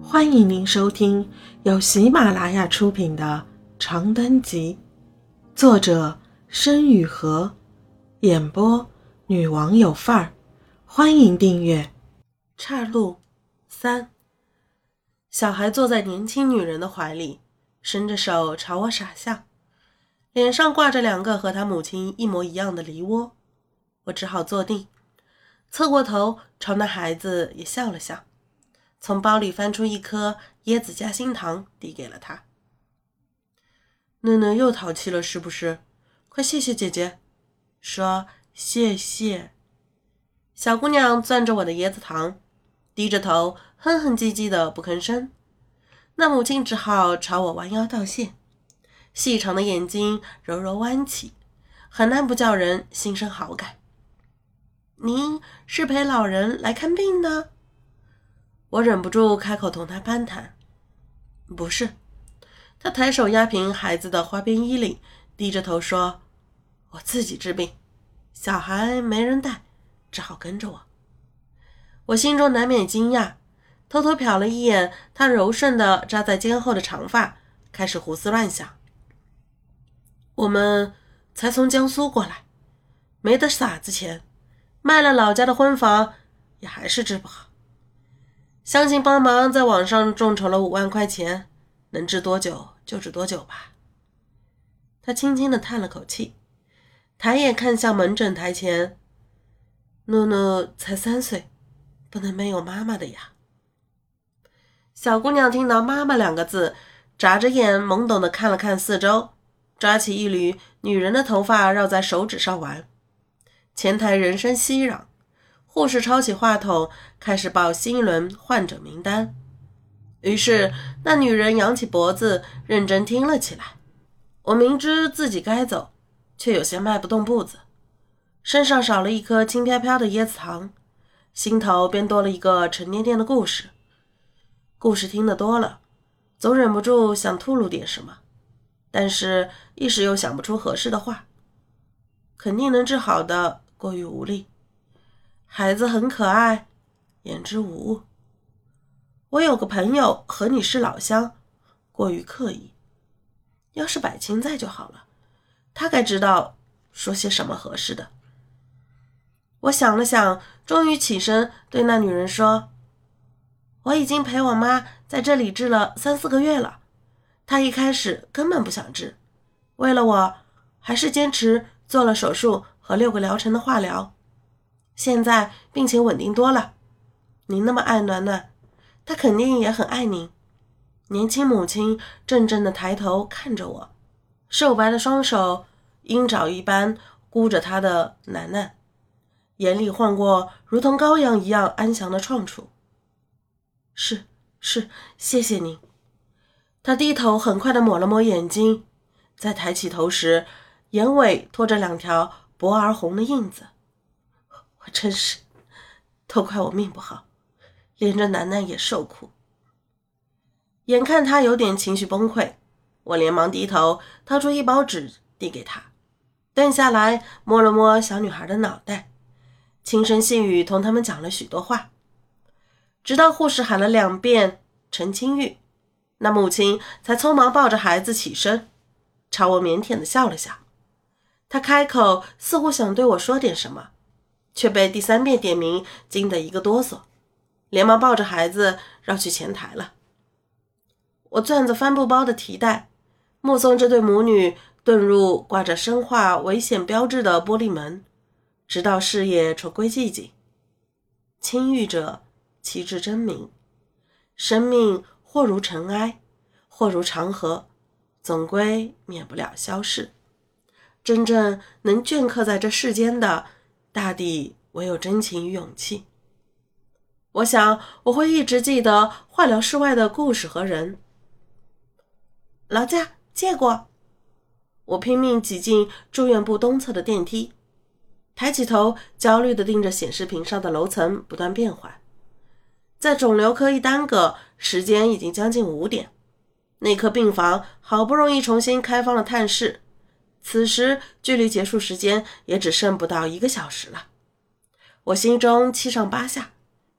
欢迎您收听由喜马拉雅出品的《长灯集》，作者申雨禾，演播女王有范儿。欢迎订阅。岔路3。小孩坐在年轻女人的怀里，伸着手朝我傻笑，脸上挂着2个和他母亲一模一样的梨窝。我只好坐定，侧过头朝那孩子也笑了笑，从包里翻出一颗椰子夹心糖递给了他。囡囡又淘气了是不是？快谢谢姐姐。说谢谢。小姑娘攥着我的椰子糖，低着头哼哼唧唧的不吭声。那母亲只好朝我弯腰道谢，细长的眼睛柔柔弯起，很难不叫人心生好感。您是陪老人来看病的？我忍不住开口同他攀谈。不是。他抬手压平孩子的花边衣领，低着头说，我自己治病，小孩没人带，只好跟着我。我心中难免惊讶，偷偷瞟了一眼他柔顺的扎在肩后的长发，开始胡思乱想。我们才从江苏过来，没得撒子钱，卖了老家的婚房也还是治不好。乡亲帮忙在网上众筹了5万块钱，能治多久就治多久吧。他轻轻地叹了口气，抬眼看向门诊台前，诺诺才3岁，不能没有妈妈的呀。小姑娘听到妈妈2个字，眨着眼懵懂地看了看四周，抓起一缕女人的头发绕在手指上玩。前台人声熙攘，护士抄起话筒开始报新一轮患者名单。于是那女人扬起脖子认真听了起来。我明知自己该走，却有些迈不动步子，身上少了一颗轻飘飘的椰子糖，心头便多了一个沉甸甸的故事。故事听得多了，总忍不住想吐露点什么，但是一时又想不出合适的话。肯定能治好的过于无力，孩子很可爱，言之无物。我有个朋友和你是老乡，过于刻意。要是柏青在就好了，他该知道说些什么合适的。我想了想，终于起身对那女人说，我已经陪我妈在这里治了3、4个月了，她一开始根本不想治，为了我还是坚持做了手术和6个疗程的化疗，现在病情稳定多了。您那么爱暖暖，她肯定也很爱您。年轻母亲怔怔地抬头看着我，瘦白的双手鹰爪一般箍着她的楠楠，眼里晃过如同羔羊一样安详的创处。是，谢谢您。她低头很快地抹了抹眼睛，在抬起头时，眼尾拖着2条薄而红的印子。我真是，都怪我命不好，连着楠楠也受苦。眼看他有点情绪崩溃，我连忙低头掏出一包纸递给他，蹲下来摸了摸小女孩的脑袋，轻声细语同他们讲了许多话，直到护士喊了2遍陈清玉，那母亲才匆忙抱着孩子起身，朝我腼腆地笑了笑。她开口似乎想对我说点什么，却被第3遍点名惊得一个哆嗦，连忙抱着孩子绕去前台了。我攥着帆布包的提袋，目送这对母女遁入挂着生化危险标志的玻璃门，直到事业重归寂静。清玉者，其志真明，生命或如尘埃，或如长河，总归免不了消逝。真正能镌刻在这世间的，大抵唯有真情与勇气。我想我会一直记得化疗室外的故事和人。劳驾，借过。我拼命挤进住院部东侧的电梯，抬起头焦虑地盯着显示屏上的楼层不断变换。在肿瘤科一耽搁，时间已经将近5点。内科病房好不容易重新开放了探视，此时距离结束时间也只剩不到1个小时了。我心中七上八下，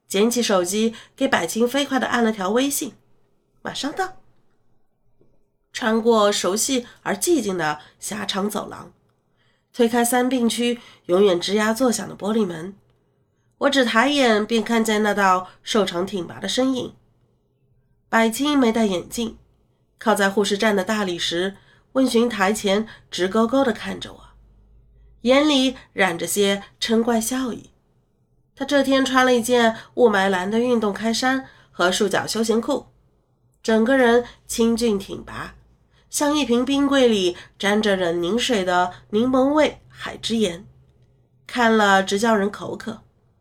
捡起手机给百青飞快地按了条微信，马上到。穿过熟悉而寂静的狭长走廊，推开3病区永远吱呀作响的玻璃门，我只抬眼便看见那道瘦长挺拔的身影。百青没戴眼镜，靠在护士站的大理石问询台前直勾勾地看着我，眼里染着些嗔怪笑意。他这天穿了一件雾霾蓝的运动开衫和束脚休闲裤，整个人清俊挺拔，像一瓶冰柜里沾着冷凝水的柠檬味海之盐，看了直叫人口渴。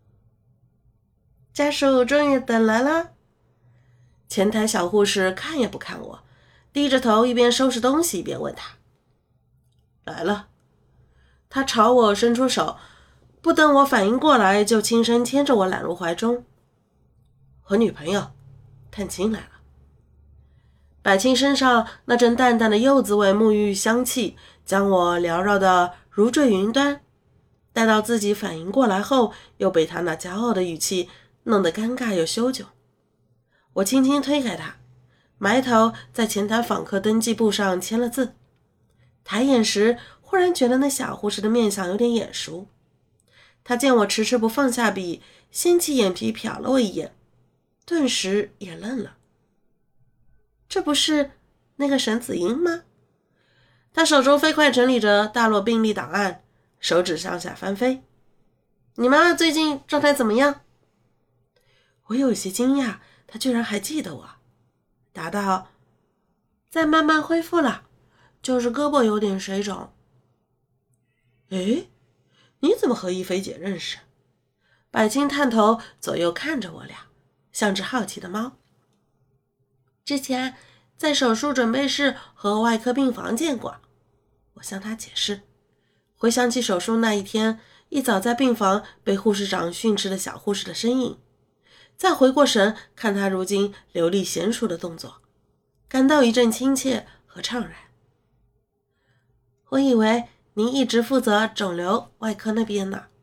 家属终于等来了。前台小护士看也不看我，低着头一边收拾东西一边问他。来了。他朝我伸出手，不等我反应过来就轻声牵着我揽入怀中。我女朋友探亲来了。百青身上那阵淡淡的柚子味沐浴香气将我缭绕的如坠云端，待到自己反应过来后，又被他那骄傲的语气弄得尴尬又羞窘。我轻轻推开他，埋头在前台访客登记簿上签了字。抬眼时忽然觉得那小护士的面相有点眼熟，他见我迟迟不放下笔，掀起眼皮瞟了我一眼，顿时也愣了。这不是那个沈子英吗？他手中飞快整理着大摞病历档案，手指上下翻飞。你妈妈最近状态怎么样？我有些惊讶，他居然还记得我，答道：在慢慢恢复了，就是胳膊有点水肿。诶，你怎么和一菲姐认识？百青探头左右看着我俩，像只好奇的猫。之前在手术准备室和外科病房见过，我向他解释，回想起手术那一天一早在病房被护士长训斥的小护士的身影，再回过神看他如今流利娴熟的动作，感到一阵亲切和怅然。我以为您一直负责肿瘤外科那边呢。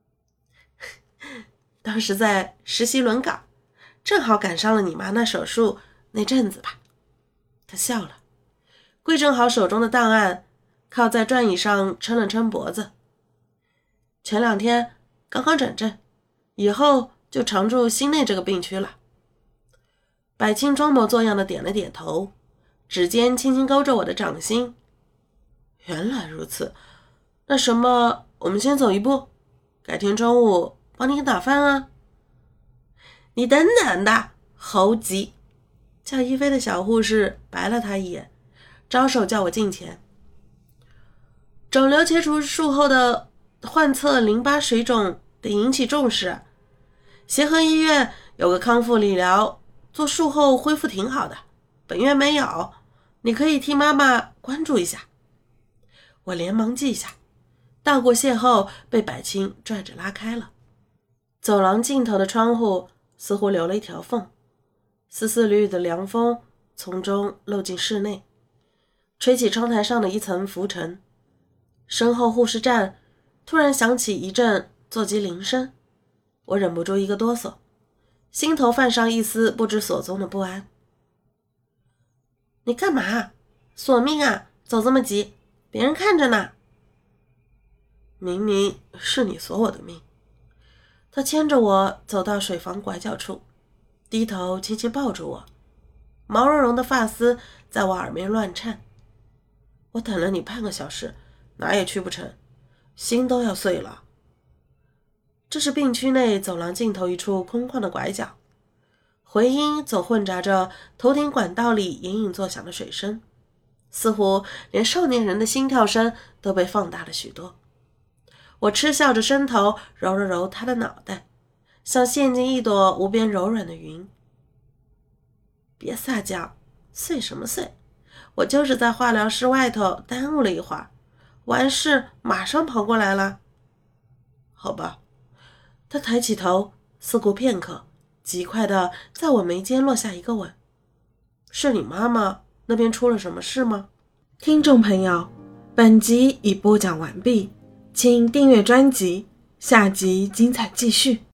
当时在实习轮岗，正好赶上了你妈那手术那阵子吧。他笑了，规整好手中的档案，靠在转椅上撑了撑脖子。前2天刚刚转正，以后就常驻心内这个病区了。百青装模作样的点了点头，指尖轻轻勾着我的掌心。原来如此，那什么，我们先走一步，改天中午帮你打饭啊。你等等的，猴急！叫一菲的小护士白了他一眼，招手叫我近前。肿瘤切除术后的患侧淋巴水肿得引起重视，协和医院有个康复理疗，做术后恢复挺好的，本院没有，你可以替妈妈关注一下。我连忙记下，道过谢后被百青拽着拉开了。走廊尽头的窗户似乎留了一条缝，丝丝缕缕的凉风从中漏进室内，吹起窗台上的一层浮尘。身后护士站突然响起一阵座机铃声，我忍不住一个哆嗦，心头泛上一丝不知所踪的不安。你干嘛？索命啊，走这么急，别人看着呢。明明是你索我的命。他牵着我走到水房拐角处，低头轻轻抱住我，毛茸茸的发丝在我耳边乱颤。我等了你半个小时，哪也去不成，心都要碎了。这是病区内走廊尽头一处空旷的拐角，回音总混杂着头顶管道里隐隐作响的水声，似乎连少年人的心跳声都被放大了许多。我嗤笑着伸头揉了揉他的脑袋，像陷进一朵无边柔软的云。别撒娇，碎什么碎，我就是在化疗室外头耽误了一会儿，完事马上跑过来了。好吧。他抬起头，思顾片刻，极快地在我眉间落下一个吻。是你妈妈那边出了什么事吗？听众朋友，本集已播讲完毕，请订阅专辑，下集精彩继续。